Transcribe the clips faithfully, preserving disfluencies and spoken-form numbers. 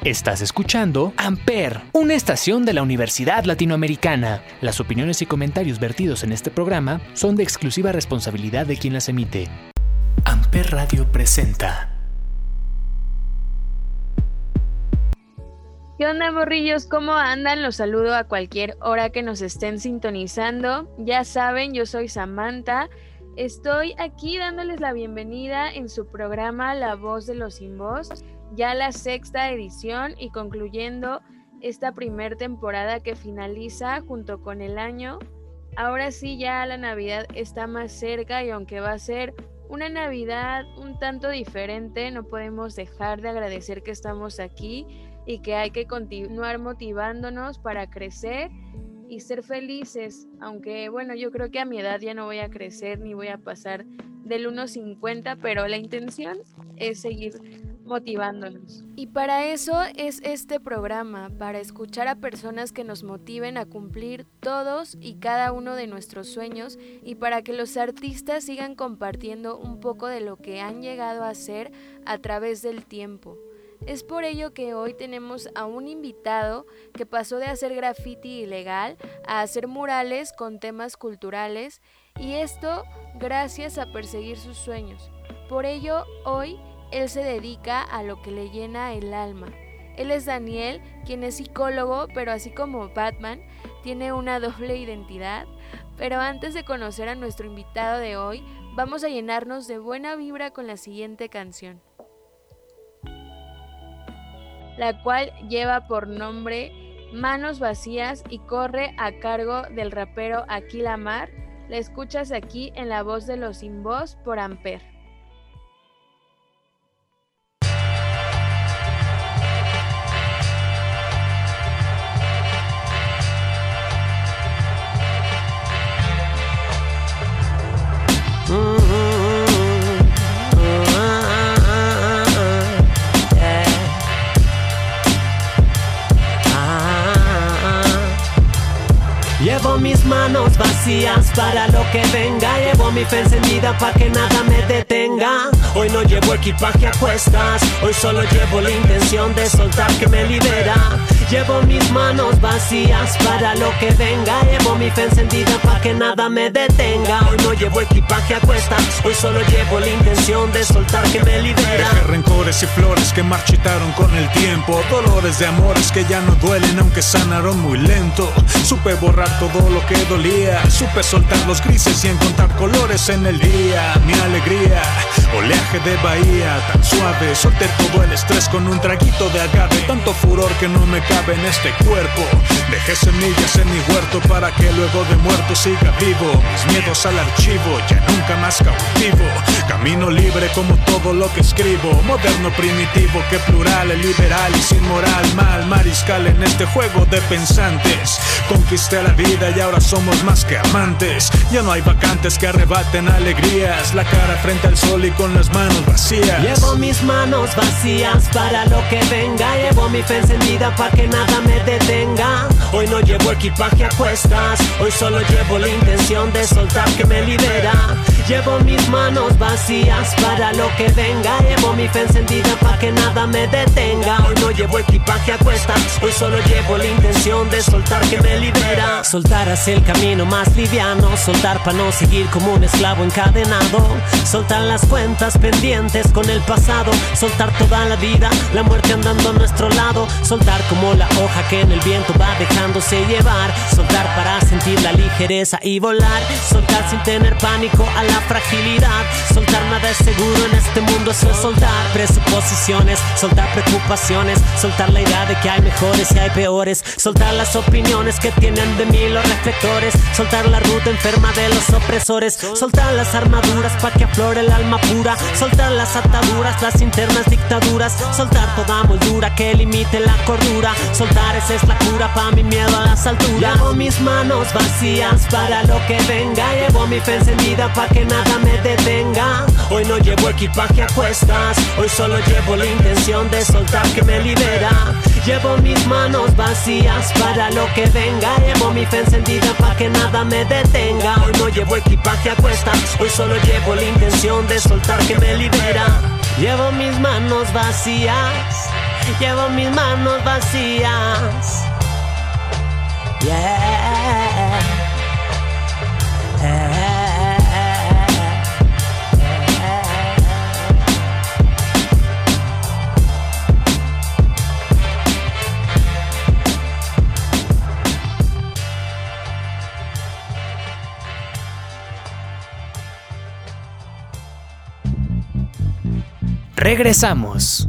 Estás escuchando Amper, una estación de la Universidad Latinoamericana. Las opiniones y comentarios vertidos en este programa son de exclusiva responsabilidad de quien las emite. Amper Radio presenta. ¿Qué onda, morrillos? ¿Cómo andan? Los saludo a cualquier hora que nos estén sintonizando. Ya saben, yo soy Samantha. Estoy aquí dándoles la bienvenida en su programa La Voz de los Sin Voz, ya la sexta edición y concluyendo esta primer temporada que finaliza junto con el año. Ahora sí, ya la Navidad está más cerca y aunque va a ser una Navidad un tanto diferente, no podemos dejar de agradecer que estamos aquí y que hay que continuar motivándonos para crecer y ser felices, aunque bueno, yo creo que a mi edad ya no voy a crecer ni voy a pasar del uno cincuenta, pero la intención es seguir motivándonos. Y para eso es este programa, para escuchar a personas que nos motiven a cumplir todos y cada uno de nuestros sueños y para que los artistas sigan compartiendo un poco de lo que han llegado a ser a través del tiempo. Es por ello que hoy tenemos a un invitado que pasó de hacer graffiti ilegal a hacer murales con temas culturales, y esto gracias a perseguir sus sueños. Por ello, hoy él se dedica a lo que le llena el alma. Él es Daniel, quien es psicólogo, pero así como Batman, tiene una doble identidad. Pero antes de conocer a nuestro invitado de hoy, vamos a llenarnos de buena vibra con la siguiente canción, la cual lleva por nombre Manos Vacías y corre a cargo del rapero Aquil Amar. La escuchas aquí en La Voz de los Sin Voz por Amper. Llevo mis manos vacías para lo que venga. Llevo mi fe encendida para que nada me detenga. Hoy no llevo equipaje a cuestas, hoy solo llevo la intención de soltar que me libera. Llevo mis manos vacías para lo que venga. Llevo mi fe encendida para que nada me detenga. Hoy no llevo equipaje a cuestas, hoy solo llevo la intención de soltar que me libera. Dejé rencores y flores que marchitaron con el tiempo, dolores de amores que ya no duelen aunque sanaron muy lento. Supe borrar todo lo que dolía, supe soltar los grises y encontrar colores en el día. Mi alegría, oleaje de bahía tan suave, solté todo el estrés con un traguito de agave. Tanto furor que no me cabe en este cuerpo. Dejé semillas en mi huerto para que luego de muerto siga vivo. Mis miedos al archivo, ya nunca más cautivo. Camino libre como todo lo que escribo. Moderno, primitivo, que plural, liberal y sin moral. Mal, mariscal en este juego de pensantes. Conquisté la vida y ahora somos más que amantes. Ya no hay vacantes que arrebaten alegrías. La cara frente al sol y con las manos vacías. Llevo mis manos vacías para lo que venga. Llevo mi fe encendida para que nada me detenga. Hoy no llevo equipaje a cuestas, hoy solo llevo la intención de soltar que me libera. Llevo mis manos vacías para lo que venga. Llevo mi fe encendida para que nada me detenga. Hoy no llevo equipaje a cuestas, hoy solo llevo la intención de soltar que me libera. Soltar hacia el camino más liviano, soltar para no seguir como un esclavo encadenado. Soltar las cuentas pendientes con el pasado, soltar toda la vida, la muerte andando a nuestro lado. Soltar como la hoja que en el viento va dejándose llevar. Soltar para sentir la ligereza y volar. Soltar sin tener pánico a la fragilidad. Soltar nada es seguro en este mundo, eso es soltar presuposiciones, soltar preocupaciones. Soltar la idea de que hay mejores y hay peores. Soltar las opiniones que tienen de mí los reflectores. Soltar la ruta enferma de los opresores. Soltar las armaduras pa' que aflore el alma pura. Soltar las ataduras, las internas dictaduras. Soltar toda moldura que limite la cordura. Soltar, esa es la cura pa' mi miedo a las alturas. Llevo mis manos vacías para lo que venga. Llevo mi fe encendida pa' que nada me detenga. Hoy no llevo equipaje a cuestas, hoy solo llevo la intención de soltar que me libera. Llevo mis manos vacías para lo que venga. Llevo mi fe encendida pa' que nada me detenga. Hoy no llevo equipaje a cuestas, hoy solo llevo la intención de soltar que me libera. Llevo mis manos vacías llevo mis manos vacías. Yeah. Yeah. Regresamos.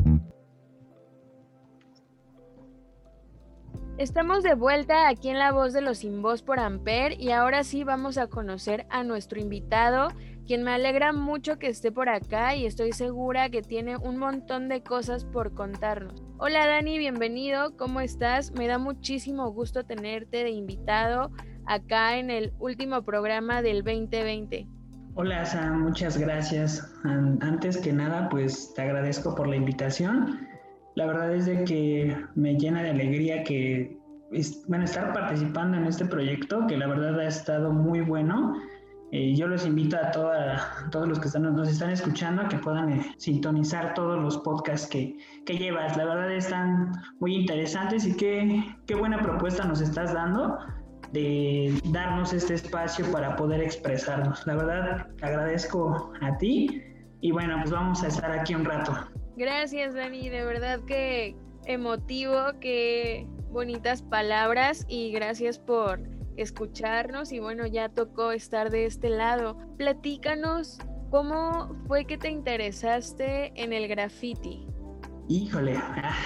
Estamos de vuelta aquí en La Voz de los Sin Voz por Amper y ahora sí vamos a conocer a nuestro invitado, quien me alegra mucho que esté por acá y estoy segura que tiene un montón de cosas por contarnos. Hola Dani, bienvenido, ¿cómo estás? Me da muchísimo gusto tenerte de invitado acá en el último programa del veinte veinte. Hola Sam, muchas gracias. Antes que nada, pues te agradezco por la invitación. La verdad es de que me llena de alegría que, bueno, estar participando en este proyecto, que la verdad ha estado muy bueno. Eh, yo los invito a, toda, a todos los que están, nos están escuchando a que puedan eh, sintonizar todos los podcasts que, que llevas. La verdad están muy interesantes y qué, qué buena propuesta nos estás dando de darnos este espacio para poder expresarnos. La verdad, agradezco a ti y bueno, pues vamos a estar aquí un rato. Gracias, Dani, de verdad que emotivo, qué bonitas palabras y gracias por escucharnos y bueno, ya tocó estar de este lado. Platícanos, ¿cómo fue que te interesaste en el graffiti? Híjole,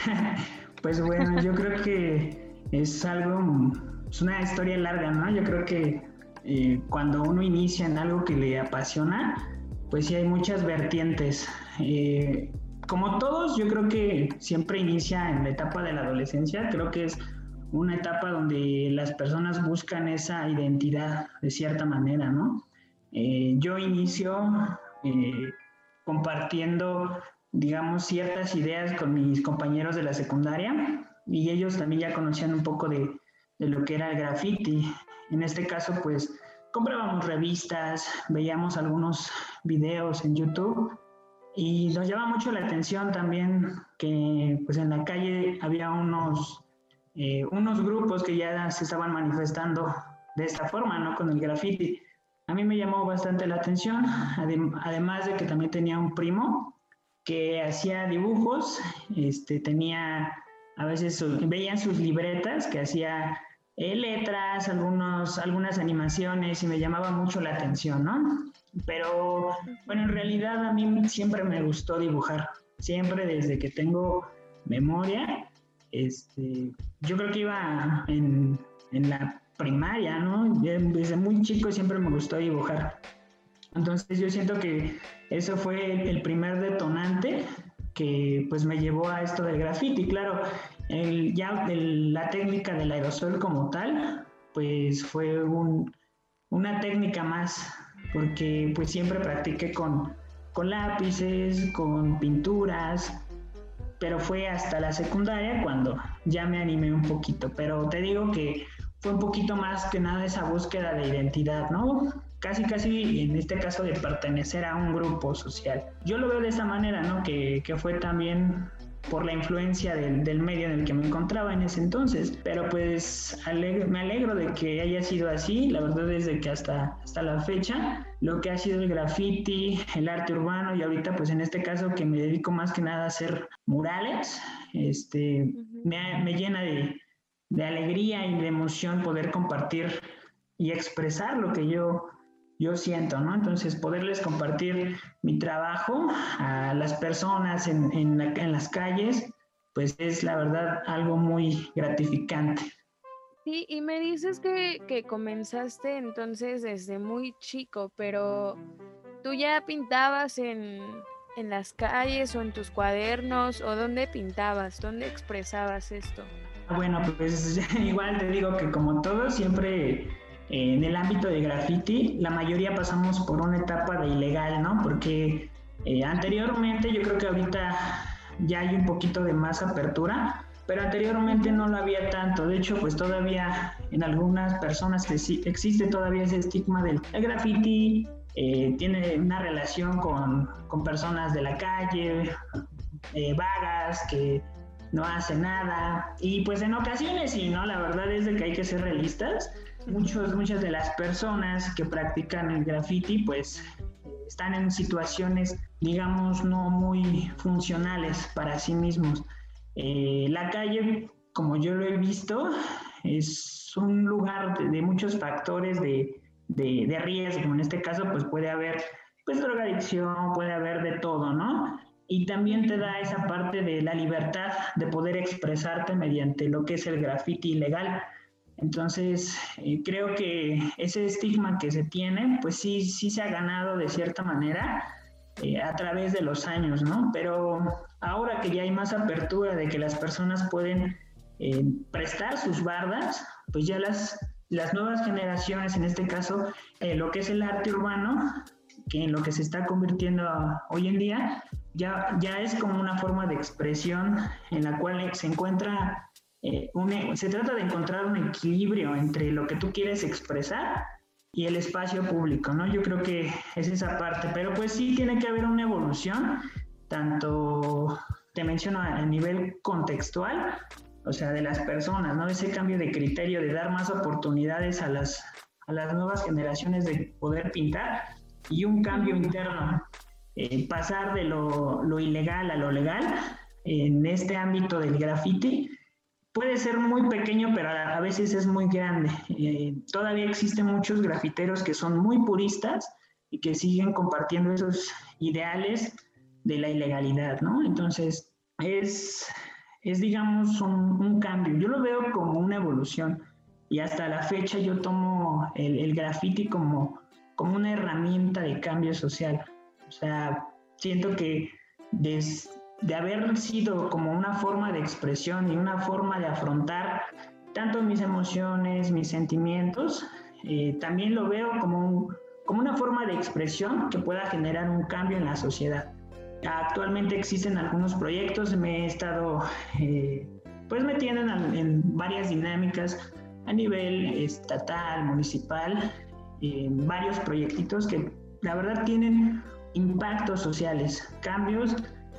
pues bueno, yo creo que es algo... Es una historia larga, ¿no? Yo creo que eh, cuando uno inicia en algo que le apasiona, pues sí hay muchas vertientes. Eh, como todos, yo creo que siempre inicia en la etapa de la adolescencia. Creo que es una etapa donde las personas buscan esa identidad de cierta manera, ¿no? Eh, yo inicio eh, compartiendo, digamos, ciertas ideas con mis compañeros de la secundaria y ellos también ya conocían un poco de de lo que era el graffiti. En este caso, pues, comprábamos revistas, veíamos algunos videos en YouTube y nos llama mucho la atención también que, pues, en la calle había unos, eh, unos grupos que ya se estaban manifestando de esta forma, ¿no? Con el graffiti. A mí me llamó bastante la atención, adem- además de que también tenía un primo que hacía dibujos, este, tenía, a veces su, veían sus libretas que hacía Eh, letras, algunos, algunas animaciones y me llamaba mucho la atención, ¿no? Pero, bueno, en realidad a mí siempre me gustó dibujar, siempre desde que tengo memoria, este, yo creo que iba en, en la primaria, ¿no? Desde muy chico siempre me gustó dibujar. Entonces yo siento que eso fue el primer detonante que pues me llevó a esto del graffiti. Claro, el, ya el, la técnica del aerosol como tal, pues fue un, una técnica más, porque pues siempre practiqué con, con lápices, con pinturas, pero fue hasta la secundaria cuando ya me animé un poquito, pero te digo que fue un poquito más que nada esa búsqueda de identidad, ¿no? Casi, casi en este caso de pertenecer a un grupo social. Yo lo veo de esa manera, ¿no? Que, que fue también por la influencia del, del medio en el que me encontraba en ese entonces, pero pues alegro, me alegro de que haya sido así. La verdad es de que hasta, hasta la fecha lo que ha sido el graffiti, el arte urbano y ahorita pues en este caso que me dedico más que nada a hacer murales, este, uh-huh. me, me llena de, de alegría y de emoción poder compartir y expresar lo que yo yo siento, ¿no? Entonces, poderles compartir mi trabajo a las personas en, en, la, en las calles, pues es la verdad algo muy gratificante. Sí, y me dices que, que comenzaste entonces desde muy chico, pero ¿tú ya pintabas en, en las calles o en tus cuadernos? ¿O dónde pintabas? ¿Dónde expresabas esto? Bueno, pues igual te digo que como todo, siempre... en el ámbito de graffiti, la mayoría pasamos por una etapa de ilegal, ¿no? Porque eh, anteriormente, yo creo que ahorita ya hay un poquito de más apertura, pero anteriormente no lo había tanto. De hecho, pues todavía en algunas personas existe todavía ese estigma del el graffiti, eh, tiene una relación con, con personas de la calle, eh, vagas, que no hacen nada, y pues en ocasiones sí, ¿no? La verdad es de que hay que ser realistas. Muchos, muchas de las personas que practican el graffiti pues están en situaciones, digamos, no muy funcionales para sí mismos. Eh, la calle, como yo lo he visto, es un lugar de, de muchos factores de, de, de riesgo. En este caso pues puede haber pues drogadicción, puede haber de todo, ¿no? Y también te da esa parte de la libertad de poder expresarte mediante lo que es el graffiti ilegal. Entonces, eh, creo que ese estigma que se tiene, pues sí, sí se ha ganado de cierta manera eh, a través de los años, ¿no? Pero ahora que ya hay más apertura de que las personas pueden eh, prestar sus bardas, pues ya las, las nuevas generaciones, en este caso, eh, lo que es el arte urbano, que en lo que se está convirtiendo hoy en día, ya, ya es como una forma de expresión en la cual se encuentra, eh, un, se trata de encontrar un equilibrio entre lo que tú quieres expresar y el espacio público, ¿no? Yo creo que es esa parte, pero pues sí tiene que haber una evolución, tanto, te menciono, a, a nivel contextual, o sea, de las personas, ¿no? Ese cambio de criterio, de dar más oportunidades a las, a las nuevas generaciones de poder pintar, y un cambio interno, eh, pasar de lo, lo ilegal a lo legal en este ámbito del graffiti puede ser muy pequeño, pero a, a veces es muy grande. Eh, todavía existen muchos grafiteros que son muy puristas y que siguen compartiendo esos ideales de la ilegalidad, ¿no? Entonces es, es digamos un, un cambio. Yo lo veo como una evolución, y hasta la fecha yo tomo el, el graffiti como como una herramienta de cambio social. O sea, siento que des, de haber sido como una forma de expresión y una forma de afrontar tanto mis emociones, mis sentimientos, eh, también lo veo como, un, como una forma de expresión que pueda generar un cambio en la sociedad. Actualmente existen algunos proyectos, me he estado eh, pues metiendo en, en varias dinámicas a nivel estatal, municipal, en varios proyectitos que la verdad tienen impactos sociales, cambios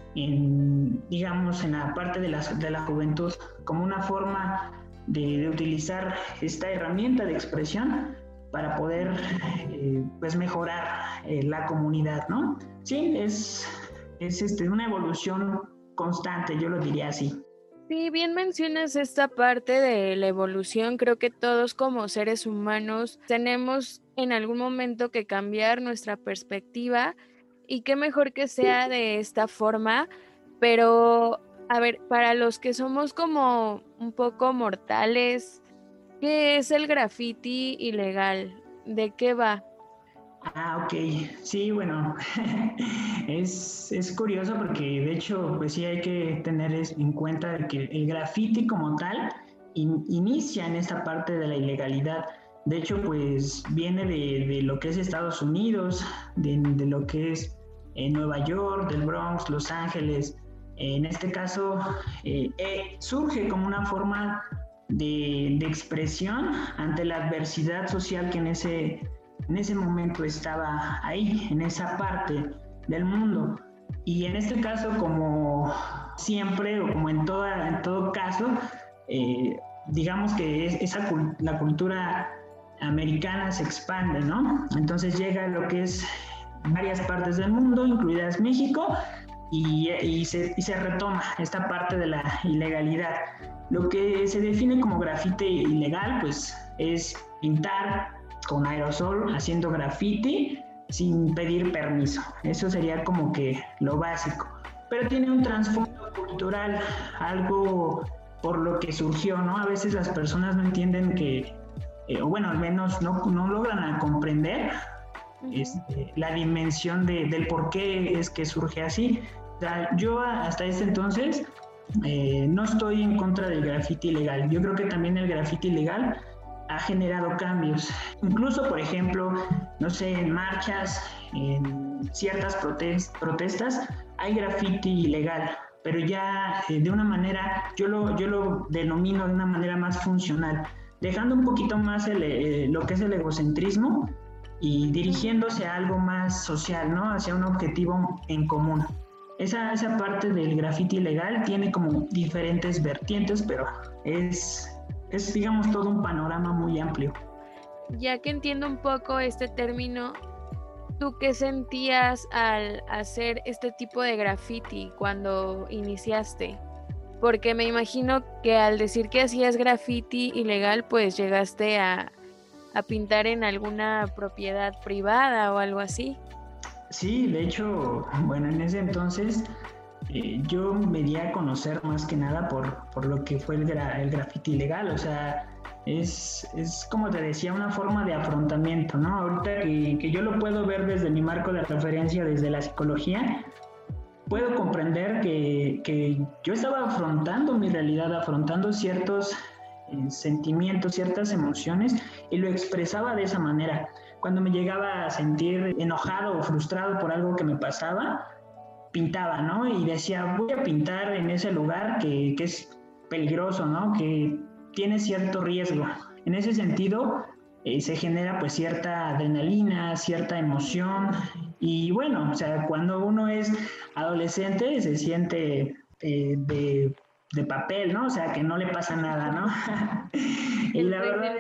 en, digamos, en la parte de la, de la juventud, como una forma de, de utilizar esta herramienta de expresión para poder eh, pues mejorar eh, la comunidad, ¿no? Sí, es, es este, una evolución constante, yo lo diría así. Sí, bien mencionas esta parte de la evolución. Creo que todos como seres humanos tenemos en algún momento que cambiar nuestra perspectiva, y qué mejor que sea de esta forma. Pero, a ver, para los que somos como un poco mortales, ¿qué es el graffiti ilegal? ¿De qué va? Ah, ok. Sí, bueno, es, es curioso porque de hecho, pues sí hay que tener en cuenta de que el graffiti como tal in, inicia en esta parte de la ilegalidad. De hecho, pues viene de, de lo que es Estados Unidos, de, de lo que es eh, Nueva York, del Bronx, Los Ángeles. En este caso, eh, eh, surge como una forma de, de expresión ante la adversidad social que en ese en ese momento estaba ahí, en esa parte del mundo. Y en este caso, como siempre, o como en, toda, en todo caso, eh, digamos que es, esa, la cultura americana se expande, ¿no? Entonces llega a lo que es varias partes del mundo, incluidas México, y, y, se, y se retoma esta parte de la ilegalidad. Lo que se define como grafite ilegal, pues, es pintar con aerosol, haciendo graffiti sin pedir permiso. Eso sería como que lo básico. Pero tiene un trasfondo cultural, algo por lo que surgió, ¿no? A veces las personas no entienden que, eh, o bueno, al menos no, no logran comprender este, la dimensión de, del por qué es que surge así. O sea, yo hasta este entonces eh, no estoy en contra del graffiti ilegal. Yo creo que también el graffiti ilegal ha generado cambios. Incluso, por ejemplo, no sé, en marchas, en ciertas protest- protestas, hay graffiti ilegal, pero ya eh, de una manera, yo lo, yo lo denomino de una manera más funcional, dejando un poquito más el, eh, lo que es el egocentrismo y dirigiéndose a algo más social, ¿no? Hacia un objetivo en común. esa, esa parte del graffiti ilegal tiene como diferentes vertientes, pero es, es, digamos, todo un panorama muy amplio. Ya que entiendo un poco este término, ¿tú qué sentías al hacer este tipo de graffiti cuando iniciaste? Porque me imagino que al decir que hacías graffiti ilegal, pues llegaste a, a pintar en alguna propiedad privada o algo así. Sí, de hecho, bueno, en ese entonces eh, yo me di a conocer más que nada por, por lo que fue el, gra, el graffiti ilegal, o sea, es, es como te decía, una forma de afrontamiento, ¿no? Ahorita que, que yo lo puedo ver desde mi marco de referencia, desde la psicología, puedo comprender que, que yo estaba afrontando mi realidad, afrontando ciertos eh, sentimientos, ciertas emociones, y lo expresaba de esa manera. Cuando me llegaba a sentir enojado o frustrado por algo que me pasaba, pintaba, ¿no? Y decía, voy a pintar en ese lugar que, que es peligroso, ¿no? Que tiene cierto riesgo. En ese sentido, eh, se genera pues cierta adrenalina, cierta emoción. Y bueno, o sea, cuando uno es adolescente se siente eh, de, de papel, ¿no? O sea, que no le pasa nada, ¿no? Y la verdad,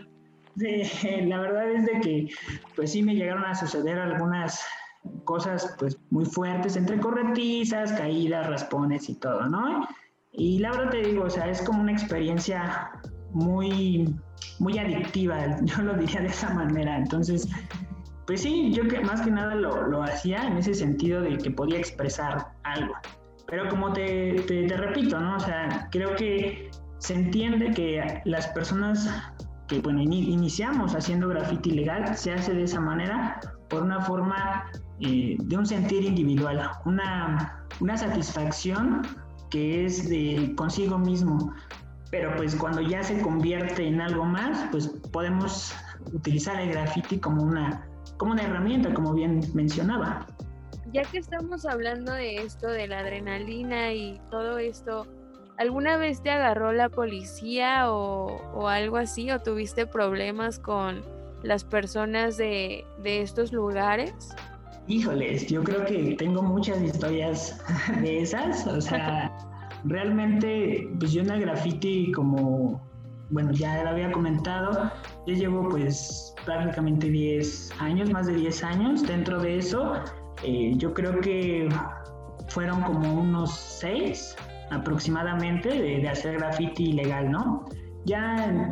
sí, la verdad es de que pues sí me llegaron a suceder algunas cosas pues muy fuertes, entre corretizas, caídas, raspones y todo, ¿no? Y la verdad te digo, o sea, es como una experiencia muy, muy adictiva, yo lo diría de esa manera. Entonces, pues sí, yo que más que nada lo, lo hacía en ese sentido de que podía expresar algo. Pero como te, te, te repito, ¿no? O sea, creo que se entiende que las personas que, bueno, in, iniciamos haciendo graffiti ilegal, se hace de esa manera por una forma eh, de un sentir individual, una, una satisfacción que es de consigo mismo. Pero pues cuando ya se convierte en algo más, pues podemos utilizar el graffiti como una, como una herramienta, como bien mencionaba. Ya que estamos hablando de esto, de la adrenalina y todo esto, ¿alguna vez te agarró la policía o, o algo así? ¿O tuviste problemas con las personas de, de estos lugares? Híjoles, yo creo que tengo muchas historias de esas, o sea, realmente, pues yo en el graffiti, como, bueno, ya lo había comentado, yo llevo pues prácticamente diez años, más de diez años. Dentro de eso, eh, yo creo que fueron como unos seis aproximadamente de, de hacer graffiti ilegal, ¿no? Ya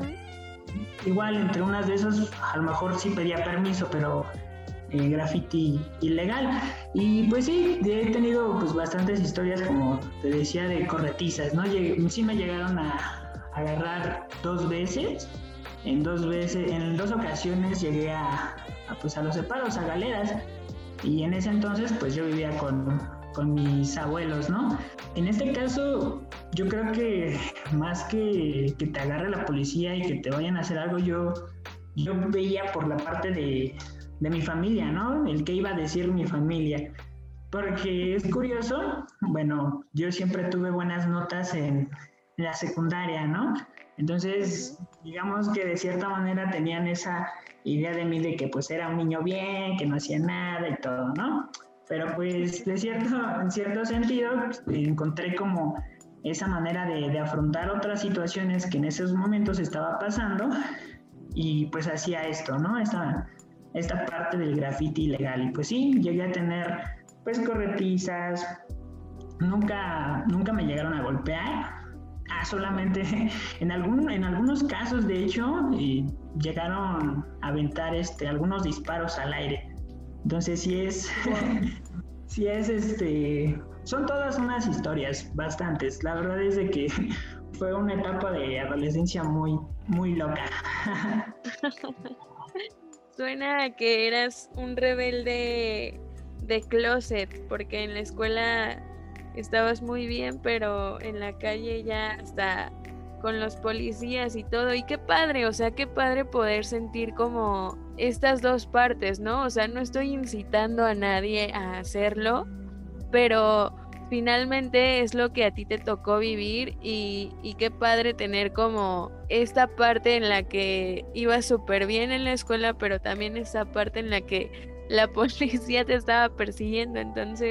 igual entre unas de esas a lo mejor sí pedía permiso, pero eh, graffiti ilegal. Y pues sí, he tenido pues bastantes historias, como te decía, de corretizas, ¿no? Llegué, sí me llegaron a, a agarrar dos veces, en dos veces, en dos ocasiones llegué a, a pues a los separos, a galeras, y en ese entonces pues yo vivía con, con mis abuelos, ¿no? En este caso, yo creo que más que que te agarre la policía y que te vayan a hacer algo, yo, yo veía por la parte de, de mi familia, ¿no? El que iba a decir mi familia. Porque es curioso, bueno, yo siempre tuve buenas notas en la secundaria, ¿no? Entonces, digamos que de cierta manera tenían esa idea de mí de que pues era un niño bien, que no hacía nada y todo, ¿no? Pero pues de cierto, en cierto sentido encontré como esa manera de, de afrontar otras situaciones que en esos momentos estaba pasando, y pues hacía esto, ¿no? Esta, esta parte del graffiti ilegal. Y pues sí, llegué a tener pues corretizas, nunca, nunca me llegaron a golpear. Ah, solamente en, algún, en algunos casos, de hecho, eh, llegaron a aventar este, algunos disparos al aire. Entonces sí es, sí es este, son todas unas historias, bastantes. La verdad es de que fue una etapa de adolescencia muy, muy loca. Suena a que eras un rebelde de closet, porque en la escuela estabas muy bien, pero en la calle ya hasta con los policías y todo. Y qué padre, o sea, qué padre poder sentir como estas dos partes, ¿no? O sea, no estoy incitando a nadie a hacerlo, pero finalmente es lo que a ti te tocó vivir, y, y qué padre tener como esta parte en la que ibas súper bien en la escuela, pero también esta parte en la que la policía te estaba persiguiendo. Entonces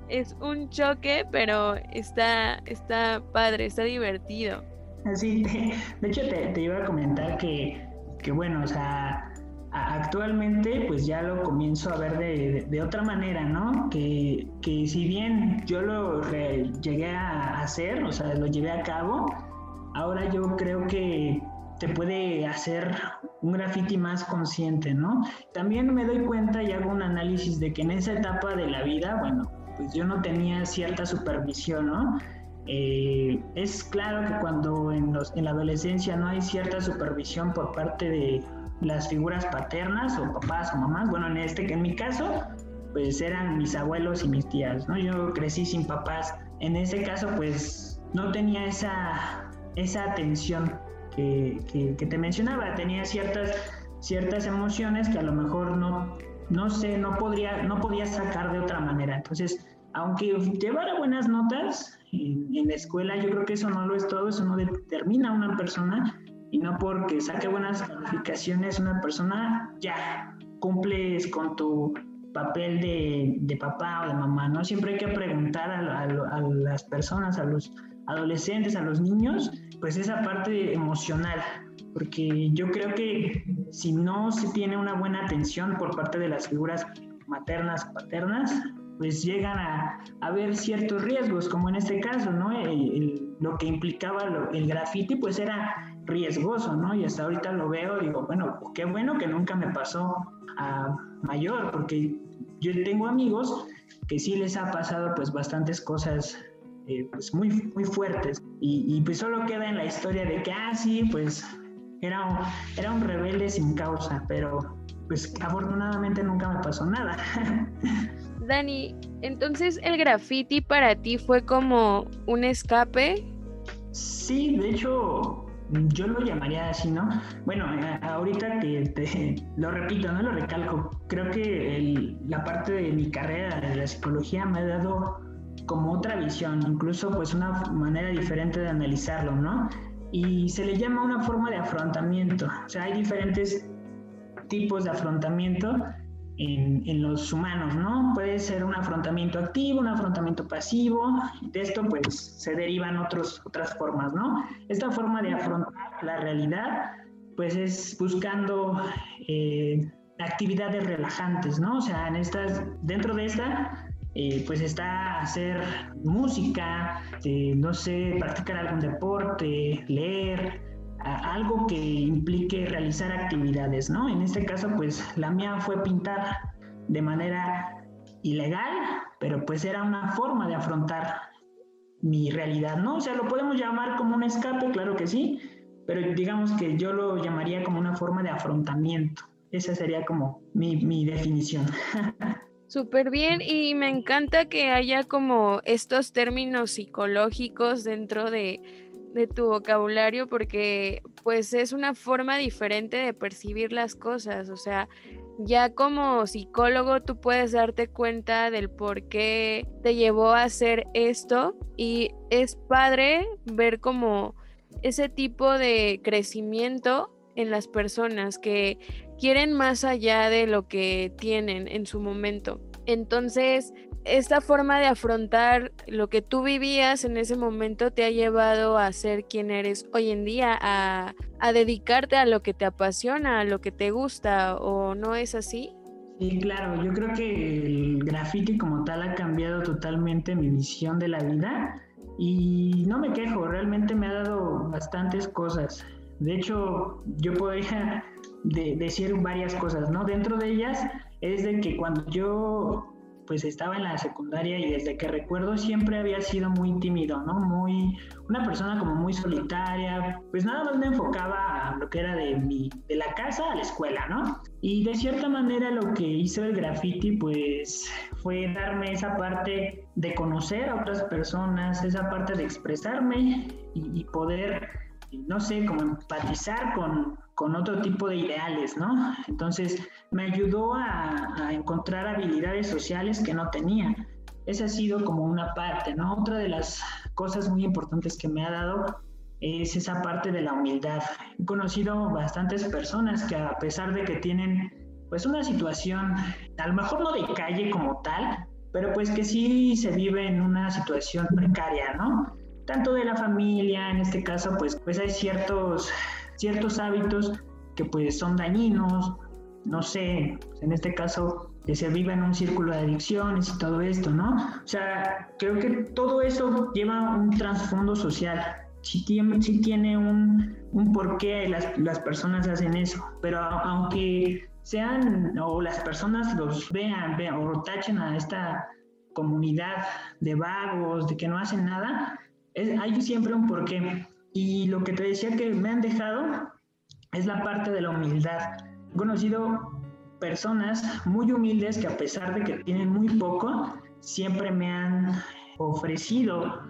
es un choque, pero está, está padre, está divertido. Sí, te, de hecho te, te iba a comentar que, que bueno, o sea, a, actualmente pues ya lo comienzo a ver de, de, de otra manera, ¿no? Que, que si bien yo lo re, llegué a hacer, o sea, lo llevé a cabo, ahora yo creo que te puede hacer un graffiti más consciente, ¿no? También me doy cuenta y hago un análisis de que en esa etapa de la vida, bueno, pues yo no tenía cierta supervisión, ¿no? Eh, es claro que cuando en, los, en la adolescencia no hay cierta supervisión por parte de las figuras paternas o papás o mamás, bueno, en este, en mi caso, pues eran mis abuelos y mis tías, ¿no? Yo crecí sin papás. En ese caso, pues no tenía esa, esa atención que, que, que te mencionaba, tenía ciertas, ciertas emociones que a lo mejor no, no sé, no podría, no podía sacar de otra manera. Entonces, aunque llevara buenas notas en, en la escuela, yo creo que eso no lo es todo, eso no determina a una persona, y no porque saque buenas calificaciones una persona, ya, cumples con tu papel de, de papá o de mamá, ¿no? Siempre hay que preguntar a, a, a las personas, a los adolescentes, a los niños, pues esa parte emocional, porque yo creo que si no se tiene una buena atención por parte de las figuras maternas o paternas, pues llegan a, a ver ciertos riesgos, como en este caso, ¿no? El, el, lo que implicaba lo, el graffiti, pues era riesgoso, ¿no? Y hasta ahorita lo veo, digo, bueno, qué bueno que nunca me pasó a mayor, porque yo tengo amigos que sí les ha pasado pues bastantes cosas eh, pues muy, muy fuertes, y, y pues solo queda en la historia de que, ah, sí, pues era un, era un rebelde sin causa, pero pues afortunadamente nunca me pasó nada. Dani, entonces el graffiti para ti fue como un escape. Sí, de hecho, yo lo llamaría así, ¿no? Bueno, ahorita que te, lo repito, no lo recalco, creo que el, la parte de mi carrera de la psicología me ha dado como otra visión, incluso pues una manera diferente de analizarlo, ¿no? Y se le llama una forma de afrontamiento. O sea, hay diferentes tipos de afrontamiento en, en los humanos, ¿no? Puede ser un afrontamiento activo, un afrontamiento pasivo. De esto pues se derivan otros, otras formas, ¿no? Esta forma de afrontar la realidad pues es buscando eh, actividades relajantes, ¿no? O sea, en estas, dentro de esta eh, pues está hacer música, eh, no sé, practicar algún deporte, leer, a, algo que implique realizar actividades, ¿no? En este caso, pues la mía fue pintar de manera ilegal, pero pues era una forma de afrontar mi realidad, ¿no? O sea, lo podemos llamar como un escape, claro que sí, pero digamos que yo lo llamaría como una forma de afrontamiento. Esa sería como mi, mi definición. Súper bien, y me encanta que haya como estos términos psicológicos dentro de, de tu vocabulario, porque pues es una forma diferente de percibir las cosas. O sea, ya como psicólogo tú puedes darte cuenta del por qué te llevó a hacer esto, y es padre ver como ese tipo de crecimiento en las personas que quieren más allá de lo que tienen en su momento. Entonces, esta forma de afrontar lo que tú vivías en ese momento te ha llevado a ser quien eres hoy en día, a, a dedicarte a lo que te apasiona, a lo que te gusta, ¿o no es así? Sí, claro, yo creo que el graffiti como tal ha cambiado totalmente mi visión de la vida, y no me quejo, realmente me ha dado bastantes cosas. De hecho, yo podría de, decir varias cosas, ¿no? Dentro de ellas es de que cuando yo pues estaba en la secundaria, y desde que recuerdo siempre había sido muy tímido, ¿no? Muy, una persona como muy solitaria, pues nada más me enfocaba a lo que era de mi, de la casa a la escuela, ¿no? Y de cierta manera lo que hizo el graffiti pues fue darme esa parte de conocer a otras personas, esa parte de expresarme y, y poder, no sé, como empatizar con, con otro tipo de ideales, ¿no? Entonces me ayudó a, a encontrar habilidades sociales que no tenía. Esa ha sido como una parte, ¿no? Otra de las cosas muy importantes que me ha dado es esa parte de la humildad. He conocido bastantes personas que, a pesar de que tienen pues una situación, a lo mejor no de calle como tal, pero pues que sí se vive en una situación precaria, ¿no? Tanto de la familia, en este caso, pues, pues hay ciertos, ciertos hábitos que pues son dañinos, no sé, en este caso, que se vive en un círculo de adicciones y todo esto, ¿no? O sea, creo que todo eso lleva un trasfondo social. Sí tiene, sí tiene un, un porqué las, las personas hacen eso, pero aunque sean, o las personas los vean, vean o tachen a esta comunidad de vagos, de que no hacen nada, es, hay siempre un porqué. Y lo que te decía que me han dejado es la parte de la humildad. He conocido personas muy humildes que a pesar de que tienen muy poco, siempre me han ofrecido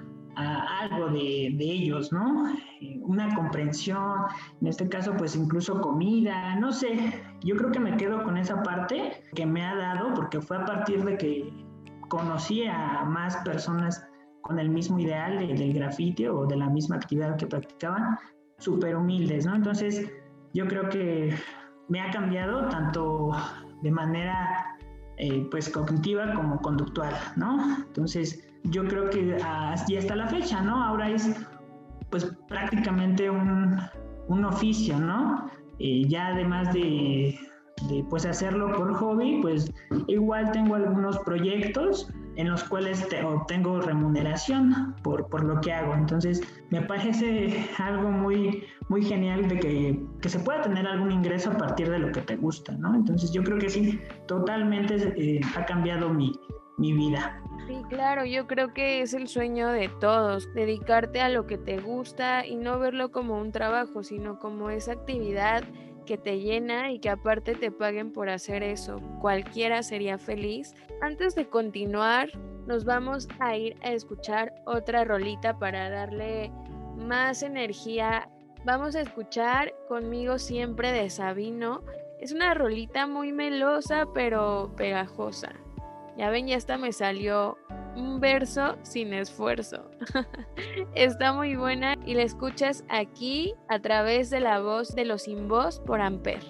a algo de, de ellos, ¿no? Una comprensión, en este caso pues incluso comida, no sé, yo creo que me quedo con esa parte que me ha dado, porque fue a partir de que conocí a más personas con el mismo ideal de, del grafiti o de la misma actividad que practicaban, súper humildes, ¿no? Entonces yo creo que me ha cambiado tanto de manera eh, pues cognitiva como conductual, ¿no? Entonces yo creo que así hasta la fecha, ¿no? Ahora es pues prácticamente un, un oficio, ¿no? Eh, ya además de, de pues hacerlo por hobby, pues igual tengo algunos proyectos en los cuales te, obtengo remuneración por, por lo que hago. Entonces me parece algo muy, muy genial de que, que se pueda tener algún ingreso a partir de lo que te gusta, ¿no? Entonces yo creo que sí, totalmente eh, ha cambiado mi, mi vida. Sí, claro, yo creo que es el sueño de todos, dedicarte a lo que te gusta y no verlo como un trabajo, sino como esa actividad que te llena y que aparte te paguen por hacer eso. Cualquiera sería feliz. Antes de continuar, nos vamos a ir a escuchar otra rolita para darle más energía. Vamos a escuchar Conmigo Siempre de Sabino. Es una rolita muy melosa pero pegajosa. Ya ven, ya hasta me salió un verso sin esfuerzo. Está muy buena y la escuchas aquí a través de la voz de Los Sin Voz por Amper.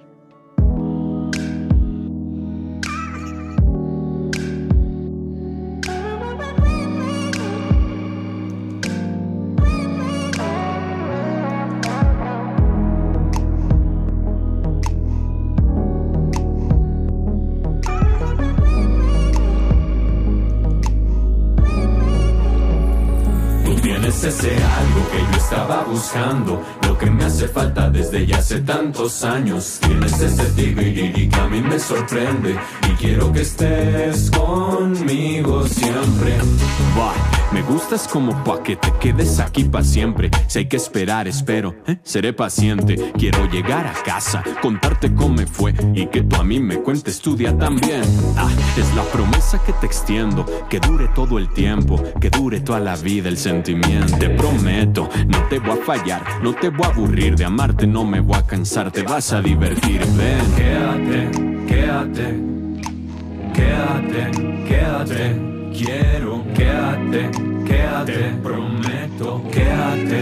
Ese algo que yo estaba buscando, lo que me hace falta desde ya hace tantos años. Tienes ese tigririri que a mí me sorprende y quiero que estés conmigo siempre. Bye. Me gustas como pa' que te quedes aquí pa' siempre. Si hay que esperar, espero, ¿eh? Seré paciente. Quiero llegar a casa, contarte cómo me fue y que tú a mí me cuentes tu día también. Ah, es la promesa que te extiendo, que dure todo el tiempo, que dure toda la vida el sentimiento. Te prometo, no te voy a fallar, no te voy a aburrir, de amarte no me voy a cansar, te vas a divertir. Ven, quédate, quédate, quédate, quédate. Quiero, quédate, quédate, prometo, quédate,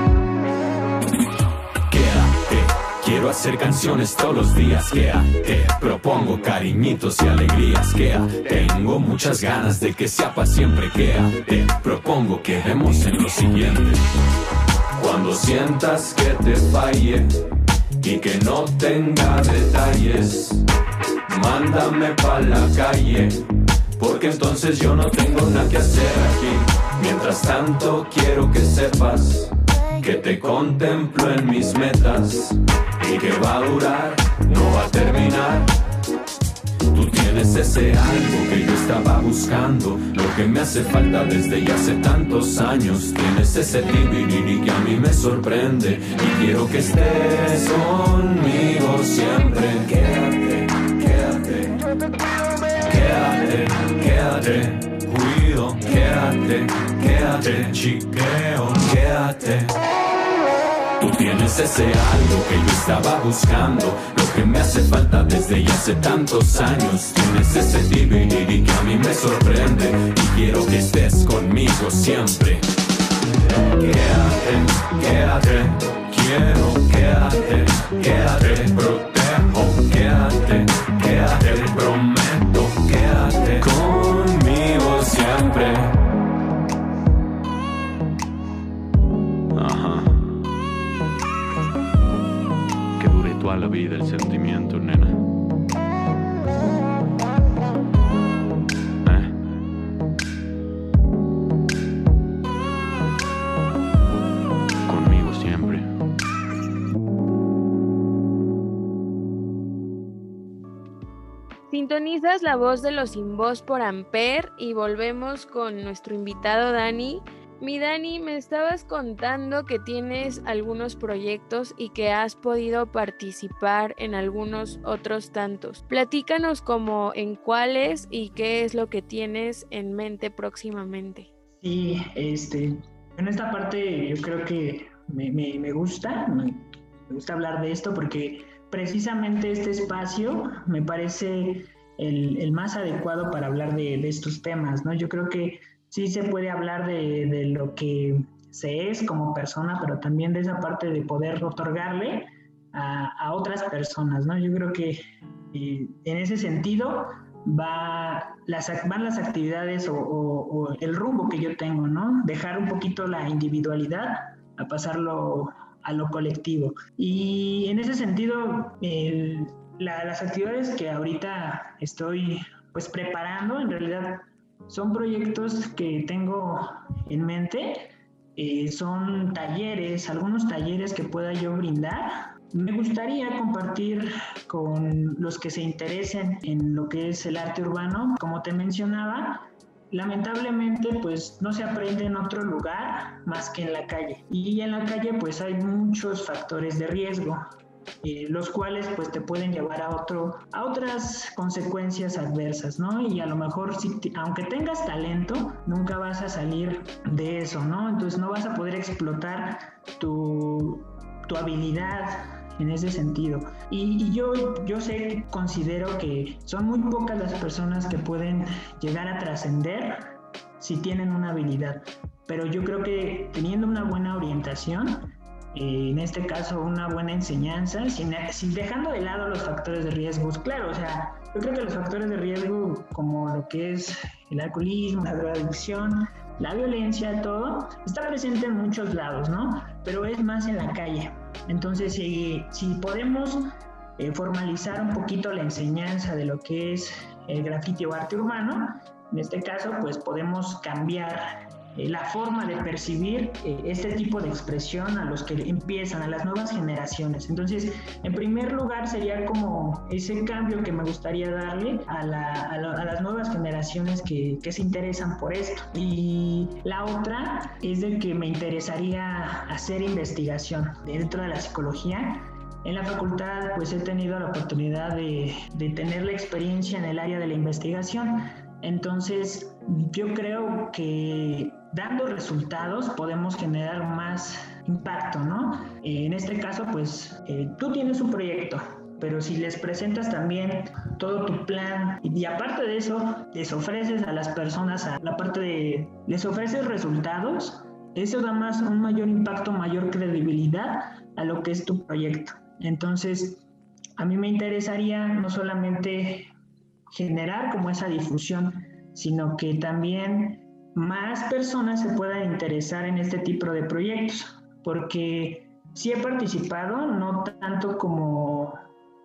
quédate. Quiero hacer canciones todos los días, quédate. Propongo cariñitos y alegrías, quédate. Tengo muchas ganas de que sea para siempre, quédate. Propongo que demos en lo siguiente. Cuando sientas que te fallé y que no tenga detalles, mándame pa' la calle, porque entonces yo no tengo nada que hacer aquí. Mientras tanto quiero que sepas que te contemplo en mis metas y que va a durar, no va a terminar. Tú tienes ese algo que yo estaba buscando, lo que me hace falta desde ya hace tantos años. Tienes ese tibiriri que a mí me sorprende y quiero que estés conmigo siempre. Quédate, quédate, quédate, quédate, cuido, quédate, quédate, chiqueo, quédate. Tú tienes ese algo que yo estaba buscando, lo que me hace falta desde ya hace tantos años. Tienes ese tibiriri que a mí me sorprende y quiero que estés conmigo siempre. Quédate, quédate, quiero, quédate, quédate, protejo, quédate, quédate, prometo, quédate conmigo toda la vida el sentimiento, nena. ¿Eh? Conmigo siempre. Sintonizas La Voz de los Sin Voz por Amper y volvemos con nuestro invitado Dani. Mi Dani, me estabas contando que tienes algunos proyectos y que has podido participar en algunos otros tantos. Platícanos como en cuáles y qué es lo que tienes en mente próximamente. Sí, este, en esta parte yo creo que me, me, me gusta, me, me gusta hablar de esto porque precisamente este espacio me parece el, el más adecuado para hablar de, de estos temas, ¿no? Yo creo que sí se puede hablar de, de lo que se es como persona, pero también de esa parte de poder otorgarle a, a otras personas, ¿no? Yo creo que eh, en ese sentido va las, van las actividades o, o, o el rumbo que yo tengo, ¿no? Dejar un poquito la individualidad a pasarlo a lo colectivo. Y en ese sentido, el, la, las actividades que ahorita estoy pues preparando, en realidad son proyectos que tengo en mente, eh, son talleres, algunos talleres que pueda yo brindar. Me gustaría compartir con los que se interesen en lo que es el arte urbano. Como te mencionaba, lamentablemente pues no se aprende en otro lugar más que en la calle. Y en la calle pues hay muchos factores de riesgo. Eh, los cuales pues te pueden llevar a otro a otras consecuencias adversas, ¿no? Y a lo mejor si te, aunque tengas talento, nunca vas a salir de eso, ¿no? Entonces no vas a poder explotar tu, tu habilidad en ese sentido. Y, y yo, yo sé, considero que son muy pocas las personas que pueden llegar a trascender si tienen una habilidad, pero yo creo que teniendo una buena orientación, Eh, en este caso una buena enseñanza, sin, sin dejando de lado los factores de riesgos. Claro, o sea, yo creo que los factores de riesgo como lo que es el alcoholismo, la drogadicción, la violencia, todo, está presente en muchos lados, ¿no? Pero es más en la calle. Entonces, si, si podemos eh, formalizar un poquito la enseñanza de lo que es el grafiti o arte urbano, en este caso, pues podemos cambiar Eh, la forma de percibir eh, este tipo de expresión a los que empiezan, a las nuevas generaciones. Entonces, en primer lugar sería como ese cambio que me gustaría darle a, la, a, la, a las nuevas generaciones que, que se interesan por esto. Y la otra es de que me interesaría hacer investigación dentro de la psicología. En la facultad pues he tenido la oportunidad de, de tener la experiencia en el área de la investigación. Entonces, yo creo que dando resultados podemos generar más impacto, ¿no? En este caso, pues, eh, tú tienes un proyecto, pero si les presentas también todo tu plan y aparte de eso, les ofreces a las personas, a la parte de, les ofreces resultados, eso da más, un mayor impacto, mayor credibilidad a lo que es tu proyecto. Entonces, a mí me interesaría no solamente generar como esa difusión, sino que también más personas se puedan interesar en este tipo de proyectos, porque sí he participado, no tanto como,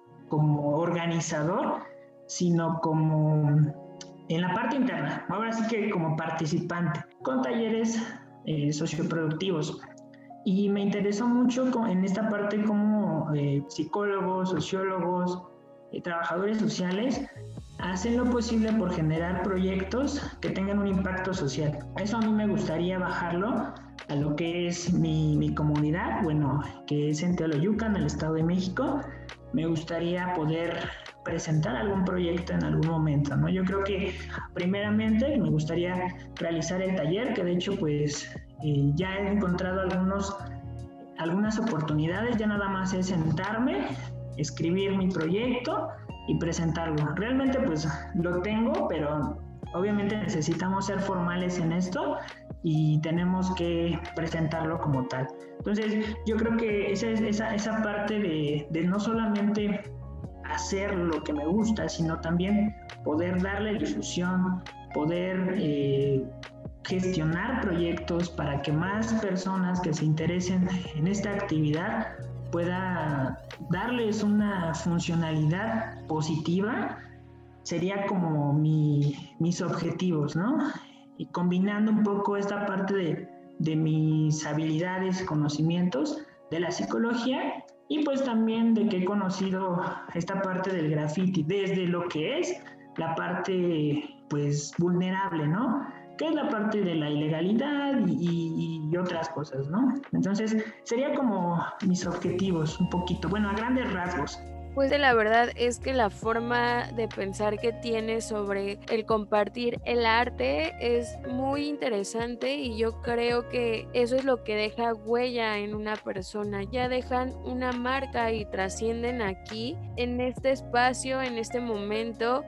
como organizador, sino como en la parte interna, ahora sí que como participante, con talleres eh, socioproductivos. Y me interesó mucho en esta parte como eh, psicólogos, sociólogos, eh, trabajadores sociales, hacen lo posible por generar proyectos que tengan un impacto social. Eso a mí me gustaría bajarlo a lo que es mi, mi comunidad, bueno, que es en Teoloyucan, en el Estado de México. Me gustaría poder presentar algún proyecto en algún momento, ¿no? Yo creo que primeramente me gustaría realizar el taller, que de hecho pues eh, ya he encontrado algunos, algunas oportunidades, ya nada más es sentarme, escribir mi proyecto y presentarlo. Realmente pues lo tengo, pero obviamente necesitamos ser formales en esto y tenemos que presentarlo como tal. Entonces yo creo que esa, esa, esa parte de, de no solamente hacer lo que me gusta, sino también poder darle difusión, poder eh, gestionar proyectos para que más personas que se interesen en esta actividad pueda darles una funcionalidad positiva, sería como mi, mis objetivos, ¿no? Y combinando un poco esta parte de, de mis habilidades, conocimientos de la psicología, y pues también de que he conocido esta parte del graffiti desde lo que es la parte pues vulnerable, ¿no? Que es la parte de la ilegalidad y, y, y otras cosas, ¿no? Entonces sería como mis objetivos un poquito, bueno, a grandes rasgos. Pues la verdad es que la forma de pensar que tienes sobre el compartir el arte es muy interesante, y yo creo que eso es lo que deja huella en una persona. Ya dejan una marca y trascienden aquí, en este espacio, en este momento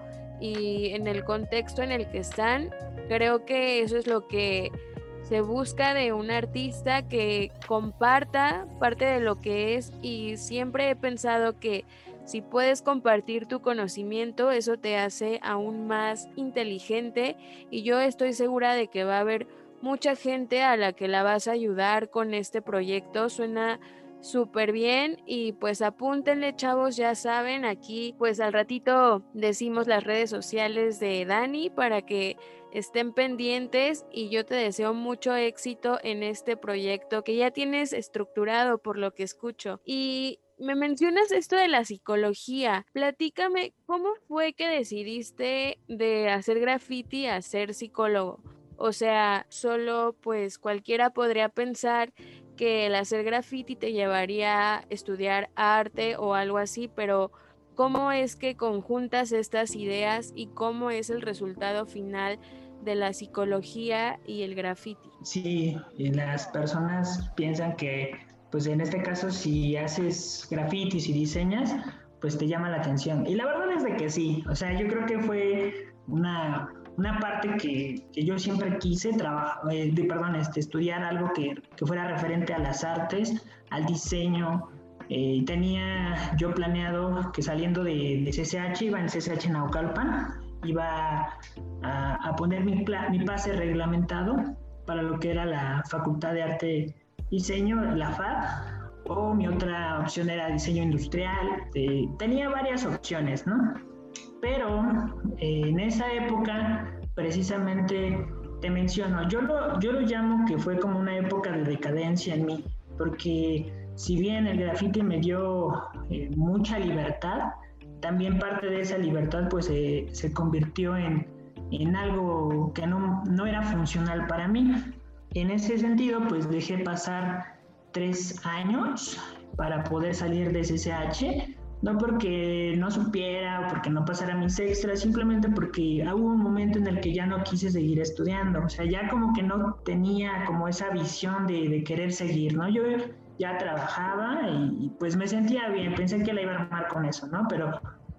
y en el contexto en el que están. Creo que eso es lo que se busca de un artista, que comparta parte de lo que es, y siempre he pensado que si puedes compartir tu conocimiento, eso te hace aún más inteligente, y yo estoy segura de que va a haber mucha gente a la que la vas a ayudar con este proyecto. Suena súper bien, y pues apúntenle, chavos, ya saben, aquí pues al ratito decimos las redes sociales de Dani para que estén pendientes, y yo te deseo mucho éxito en este proyecto que ya tienes estructurado por lo que escucho. Y me mencionas esto de la psicología. Platícame, ¿cómo fue que decidiste de hacer graffiti a ser psicólogo? O sea, solo pues cualquiera podría pensar que el hacer graffiti te llevaría a estudiar arte o algo así, pero ¿cómo es que conjuntas estas ideas y cómo es el resultado final de la psicología y el graffiti? Sí, y las personas piensan que, pues en este caso, si haces grafitis y diseñas, pues te llama la atención. Y la verdad es de que sí, o sea, yo creo que fue una, una parte que, que yo siempre quise trabajar, eh, de, perdón, este, estudiar algo que, que fuera referente a las artes, al diseño. Eh, tenía yo planeado que saliendo de, de C C H, iba en C C H Naucalpan, iba a, a poner mi, pla, mi pase reglamentado para lo que era la Facultad de Arte y Diseño, la F A D, o mi otra opción era diseño industrial. Eh, tenía varias opciones, ¿no? Pero eh, en esa época, precisamente, te menciono, yo lo, yo lo llamo que fue como una época de decadencia en mí, porque si bien el graffiti me dio eh, mucha libertad, también parte de esa libertad pues eh, se convirtió en, en algo que no, no era funcional para mí. En ese sentido pues dejé pasar tres años para poder salir de C C H, no porque no supiera o porque no pasara mis extras, simplemente porque hubo un momento en el que ya no quise seguir estudiando, o sea, ya como que no tenía como esa visión de, de querer seguir, ¿no? Yo ya trabajaba y, y pues me sentía bien, pensé que la iba a armar con eso, ¿no? Pero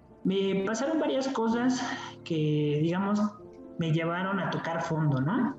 me pasaron varias cosas que, digamos, me llevaron a tocar fondo, ¿no?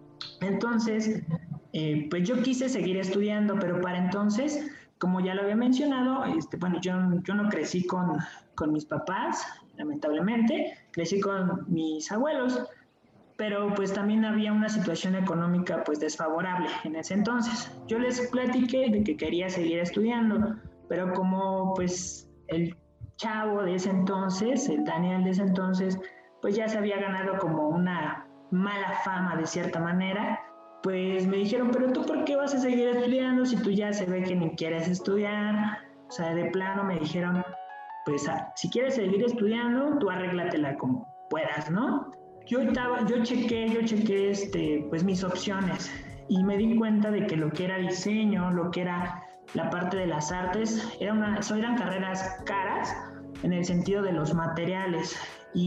Entonces, eh, pues yo quise seguir estudiando, pero para entonces, como ya lo había mencionado, este, bueno, yo, yo no crecí con, con mis papás, lamentablemente, crecí con mis abuelos, pero pues también había una situación económica pues desfavorable en ese entonces. Yo les platiqué de que quería seguir estudiando, pero como pues el chavo de ese entonces, el Daniel de ese entonces, pues ya se había ganado como una mala fama de cierta manera, pues me dijeron, pero tú ¿por qué vas a seguir estudiando si tú ya se ve que ni quieres estudiar? O sea, de plano me dijeron, pues si quieres seguir estudiando, tú arréglatela como puedas, ¿no? Yo estaba, yo chequé, yo chequé este, pues mis opciones y me di cuenta de que lo que era diseño, lo que era la parte de las artes, era una, eran carreras caras en el sentido de los materiales,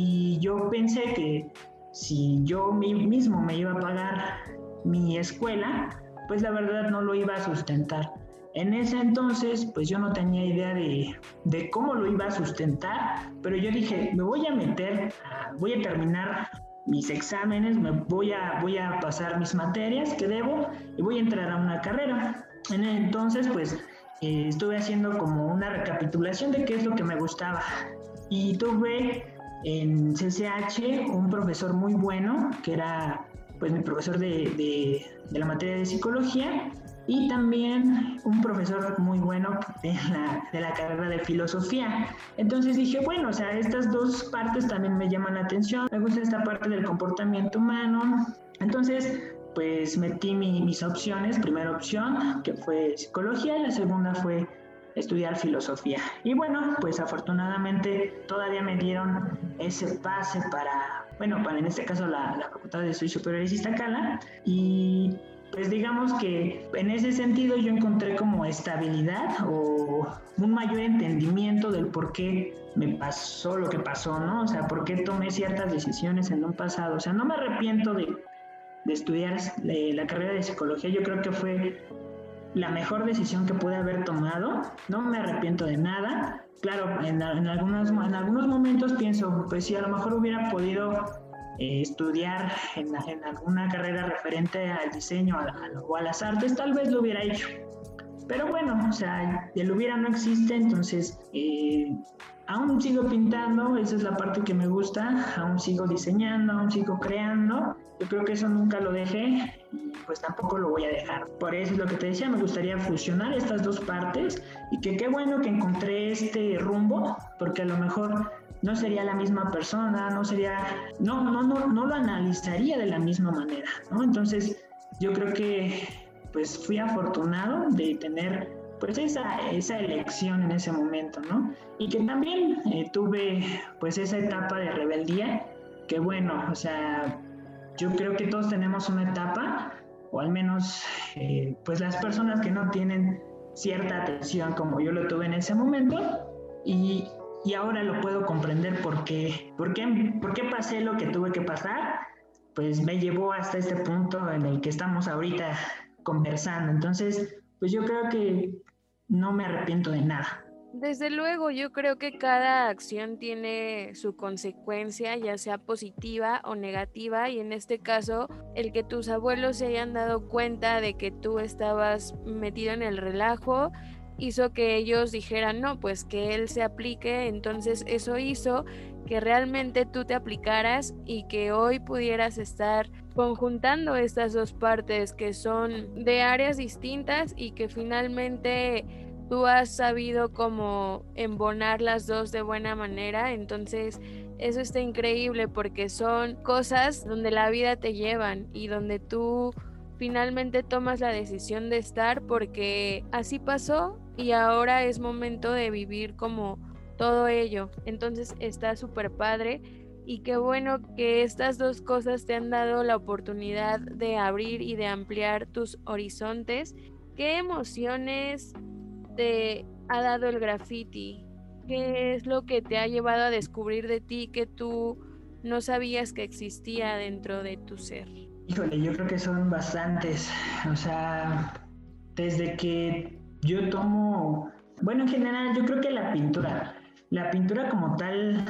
y yo pensé que si yo mismo me iba a pagar mi escuela, pues la verdad no lo iba a sustentar. En ese entonces, pues yo no tenía idea de, de cómo lo iba a sustentar, pero yo dije, me voy a meter, voy a terminar mis exámenes, me voy a, voy a pasar mis materias que debo y voy a entrar a una carrera. En entonces, pues eh, estuve haciendo como una recapitulación de qué es lo que me gustaba, y tuve en C C H un profesor muy bueno, que era pues mi profesor de, de, de la materia de psicología, y también un profesor muy bueno de la, de la carrera de filosofía. Entonces dije, bueno, o sea, estas dos partes también me llaman la atención, me gusta esta parte del comportamiento humano. Entonces, pues metí mi, mis opciones, primera opción, que fue psicología, y la segunda fue estudiar filosofía. Y bueno, pues afortunadamente todavía me dieron ese pase para, bueno, para en este caso la, la Facultad de Estudios Superiores Iztacala, y pues digamos que en ese sentido yo encontré como estabilidad o un mayor entendimiento del por qué me pasó lo que pasó, ¿no? O sea, por qué tomé ciertas decisiones en un pasado. O sea, no me arrepiento de, de estudiar eh, la carrera de psicología. Yo creo que fue la mejor decisión que pude haber tomado. No me arrepiento de nada. Claro, en, en, algunos, en algunos momentos pienso, pues si a lo mejor hubiera podido Eh, estudiar en, en alguna carrera referente al diseño a, a, o a las artes, tal vez lo hubiera hecho. Pero bueno, o sea, el hubiera no existe, entonces eh, aún sigo pintando, esa es la parte que me gusta, aún sigo diseñando, aún sigo creando. Yo creo que eso nunca lo dejé y pues tampoco lo voy a dejar. Por eso es lo que te decía, me gustaría fusionar estas dos partes y que qué bueno que encontré este rumbo, porque a lo mejor no sería la misma persona, no sería, no, no, no, no lo analizaría de la misma manera, ¿no? Entonces, yo creo que pues fui afortunado de tener pues esa, esa elección en ese momento, ¿no? Y que también eh, tuve pues esa etapa de rebeldía, que bueno, o sea, yo creo que todos tenemos una etapa, o al menos eh, pues las personas que no tienen cierta atención como yo lo tuve en ese momento, y Y ahora lo puedo comprender por qué, por qué, por qué pasé lo que tuve que pasar, pues me llevó hasta este punto en el que estamos ahorita conversando. Entonces, pues yo creo que no me arrepiento de nada. Desde luego, yo creo que cada acción tiene su consecuencia, ya sea positiva o negativa, y en este caso, el que tus abuelos se hayan dado cuenta de que tú estabas metido en el relajo, hizo que ellos dijeran, no, pues que él se aplique. Entonces eso hizo que realmente tú te aplicaras y que hoy pudieras estar conjuntando estas dos partes que son de áreas distintas y que finalmente tú has sabido cómo embonar las dos de buena manera. Entonces eso está increíble porque son cosas donde la vida te llevan y donde tú finalmente tomas la decisión de estar porque así pasó y ahora es momento de vivir como todo ello. Entonces está súper padre y qué bueno que estas dos cosas te han dado la oportunidad de abrir y de ampliar tus horizontes. ¿Qué emociones te ha dado el graffiti? ¿Qué es lo que te ha llevado a descubrir de ti que tú no sabías que existía dentro de tu ser? Híjole, yo creo que son bastantes. O sea, desde que yo tomo, bueno, en general yo creo que la pintura, la pintura como tal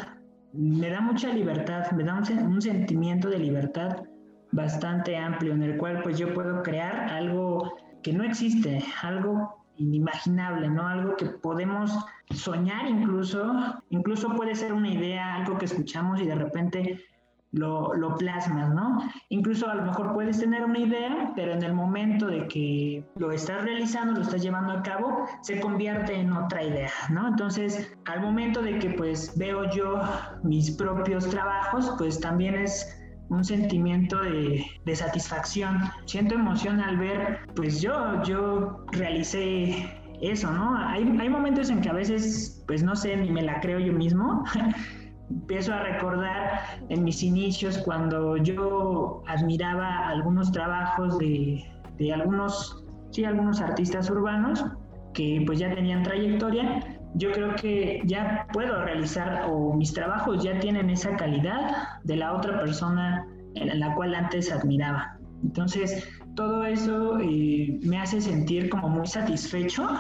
me da mucha libertad, me da un, un sentimiento de libertad bastante amplio en el cual pues yo puedo crear algo que no existe, algo inimaginable, ¿no? Algo que podemos soñar incluso, incluso puede ser una idea, algo que escuchamos y de repente Lo, lo plasmas, ¿no? Incluso a lo mejor puedes tener una idea, pero en el momento de que lo estás realizando, lo estás llevando a cabo, se convierte en otra idea, ¿no? Entonces, al momento de que pues veo yo mis propios trabajos, pues también es un sentimiento de, de satisfacción. Siento emoción al ver, pues yo, yo realicé eso, ¿no? Hay, hay momentos en que a veces, pues no sé, ni me la creo yo mismo. Empiezo a recordar en mis inicios cuando yo admiraba algunos trabajos de, de algunos, sí, algunos artistas urbanos que pues ya tenían trayectoria. Yo creo que ya puedo realizar o mis trabajos ya tienen esa calidad de la otra persona en la cual antes admiraba. Entonces todo eso eh, me hace sentir como muy satisfecho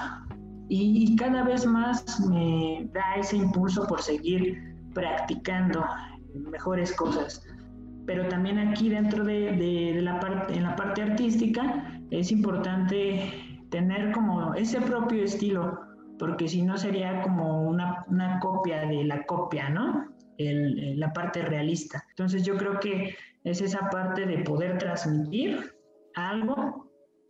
y cada vez más me da ese impulso por seguir practicando mejores cosas. Pero también aquí dentro de, de, de la parte, en la parte artística es importante tener como ese propio estilo, porque si no sería como una, una copia de la copia, ¿no? El, la parte realista. Entonces yo creo que es esa parte de poder transmitir algo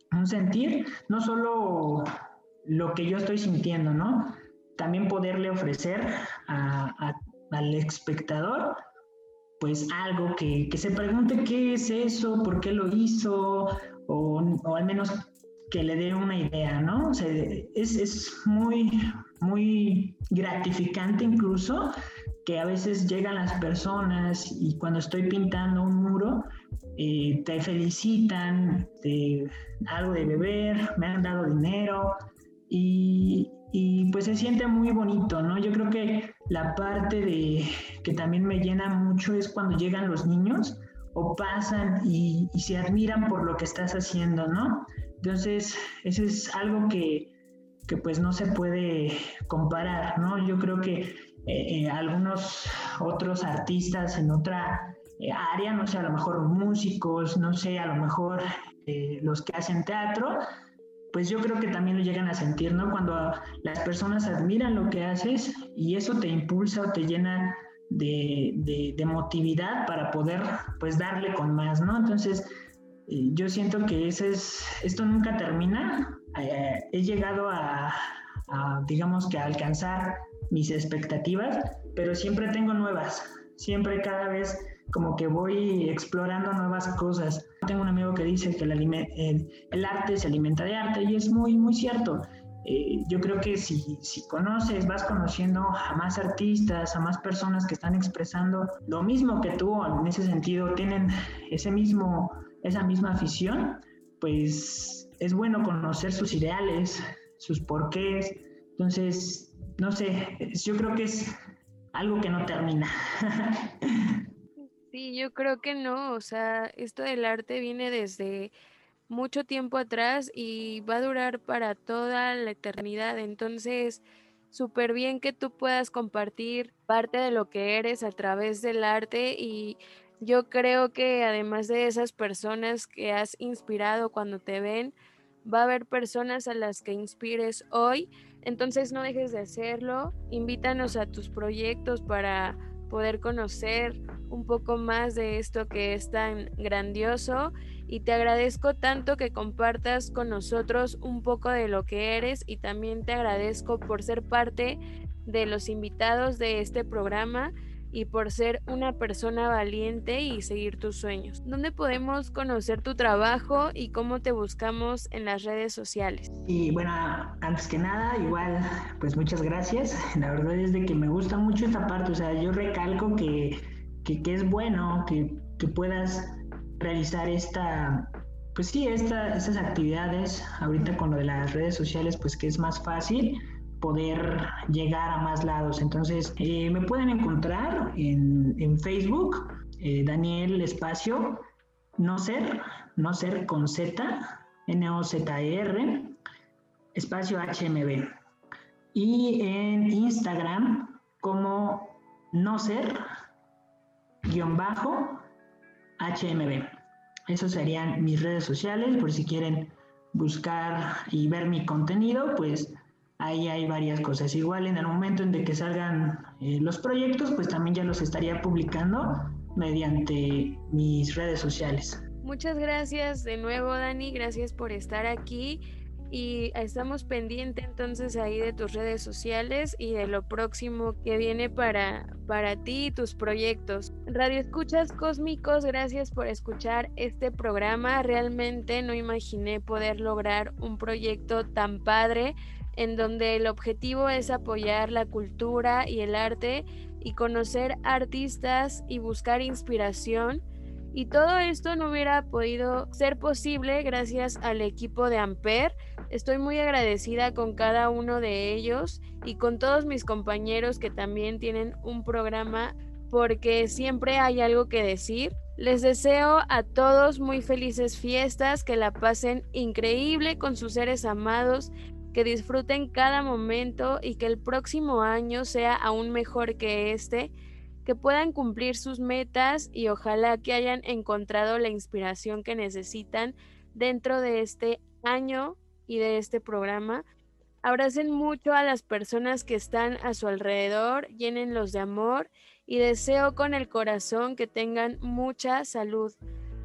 un sentir, no solo lo que yo estoy sintiendo, ¿no? También poderle ofrecer a, a, al espectador pues algo que, que se pregunte qué es eso, por qué lo hizo, o, o al menos que le dé una idea, ¿no? O sea, es, es muy, muy gratificante incluso que a veces llegan las personas y cuando estoy pintando un muro, eh, te felicitan, de algo de beber, me han dado dinero y, y pues se siente muy bonito, ¿no? Yo creo que la parte de que también me llena mucho es cuando llegan los niños o pasan y, y se admiran por lo que estás haciendo, ¿no? Entonces, eso es algo que, que pues no se puede comparar, ¿no? Yo creo que eh, eh, algunos otros artistas en otra eh, área, no sé, a lo mejor músicos, no sé, a lo mejor eh, los que hacen teatro, pues yo creo que también lo llegan a sentir, ¿no? Cuando las personas admiran lo que haces y eso te impulsa o te llena de, de, de motividad para poder, pues, darle con más, ¿no? Entonces, eh, yo siento que ese es, esto nunca termina. Eh, he llegado a, a, digamos que a alcanzar mis expectativas, pero siempre tengo nuevas, siempre cada vez como que voy explorando nuevas cosas. Tengo un amigo que dice que el, el, el arte se alimenta de arte y es muy, muy cierto. Eh, yo creo que si, si conoces, vas conociendo a más artistas, a más personas que están expresando lo mismo que tú, en ese sentido, tienen ese mismo, esa misma afición, pues es bueno conocer sus ideales, sus porqués. Entonces, no sé, yo creo que es algo que no termina. Sí, yo creo que no, o sea, esto del arte viene desde mucho tiempo atrás y va a durar para toda la eternidad, entonces súper bien que tú puedas compartir parte de lo que eres a través del arte y yo creo que además de esas personas que has inspirado cuando te ven, va a haber personas a las que inspires hoy, entonces no dejes de hacerlo, invítanos a tus proyectos para poder conocer un poco más de esto que es tan grandioso y te agradezco tanto que compartas con nosotros un poco de lo que eres y también te agradezco por ser parte de los invitados de este programa y por ser una persona valiente y seguir tus sueños. ¿Dónde podemos conocer tu trabajo y cómo te buscamos en las redes sociales? Y bueno, antes que nada, igual, pues muchas gracias. La verdad es de que me gusta mucho esta parte, o sea, yo recalco que, que, que es bueno que, que puedas realizar esta, pues sí, esta, estas actividades, ahorita con lo de las redes sociales, pues que es más fácil poder llegar a más lados. Entonces, eh, me pueden encontrar en, en Facebook, eh, Daniel Espacio, no ser, no ser con Z, N O Z E R, espacio H M B. Y en Instagram como no ser, guión bajo, H M B. Esos serían mis redes sociales, por si quieren buscar y ver mi contenido, pues ahí hay varias cosas. Igual en el momento en de que salgan eh, los proyectos, pues también ya los estaría publicando mediante mis redes sociales. Muchas gracias de nuevo, Dani, gracias por estar aquí y estamos pendientes entonces ahí de tus redes sociales y de lo próximo que viene para, para ti y tus proyectos. Radio Escuchas Cósmicos, gracias por escuchar este programa. Realmente no imaginé poder lograr un proyecto tan padre en donde el objetivo es apoyar la cultura y el arte y conocer artistas y buscar inspiración. Y todo esto no hubiera podido ser posible gracias al equipo de Amper. Estoy muy agradecida con cada uno de ellos y con todos mis compañeros que también tienen un programa porque siempre hay algo que decir. Les deseo a todos muy felices fiestas, que la pasen increíble con sus seres amados, que disfruten cada momento y que el próximo año sea aún mejor que este, que puedan cumplir sus metas y ojalá que hayan encontrado la inspiración que necesitan dentro de este año y de este programa. Abracen mucho a las personas que están a su alrededor, llénenlos de amor y deseo con el corazón que tengan mucha salud.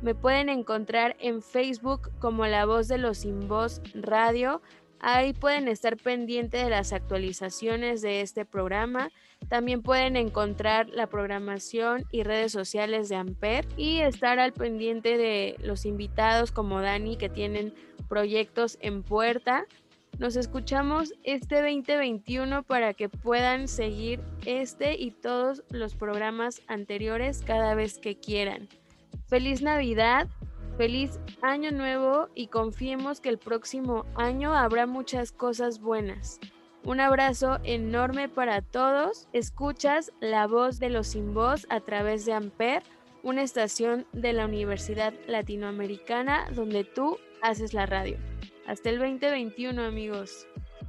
Me pueden encontrar en Facebook como La Voz de los Sin Voz Radio. Ahí pueden estar pendientes de las actualizaciones de este programa. También pueden encontrar la programación y redes sociales de Amper y estar al pendiente de los invitados como Dani, que tienen proyectos en puerta. Nos escuchamos este veinte veintiuno para que puedan seguir este y todos los programas anteriores cada vez que quieran. Feliz Navidad, feliz Año Nuevo y confiemos que el próximo año habrá muchas cosas buenas. Un abrazo enorme para todos. Escuchas La Voz de los Sin Voz a través de Amper, una estación de la Universidad Latinoamericana donde tú haces la radio. Hasta el veinte veintiuno, amigos.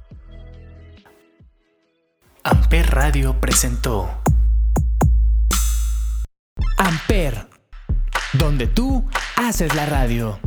Amper Radio presentó Amper, donde tú haces la radio.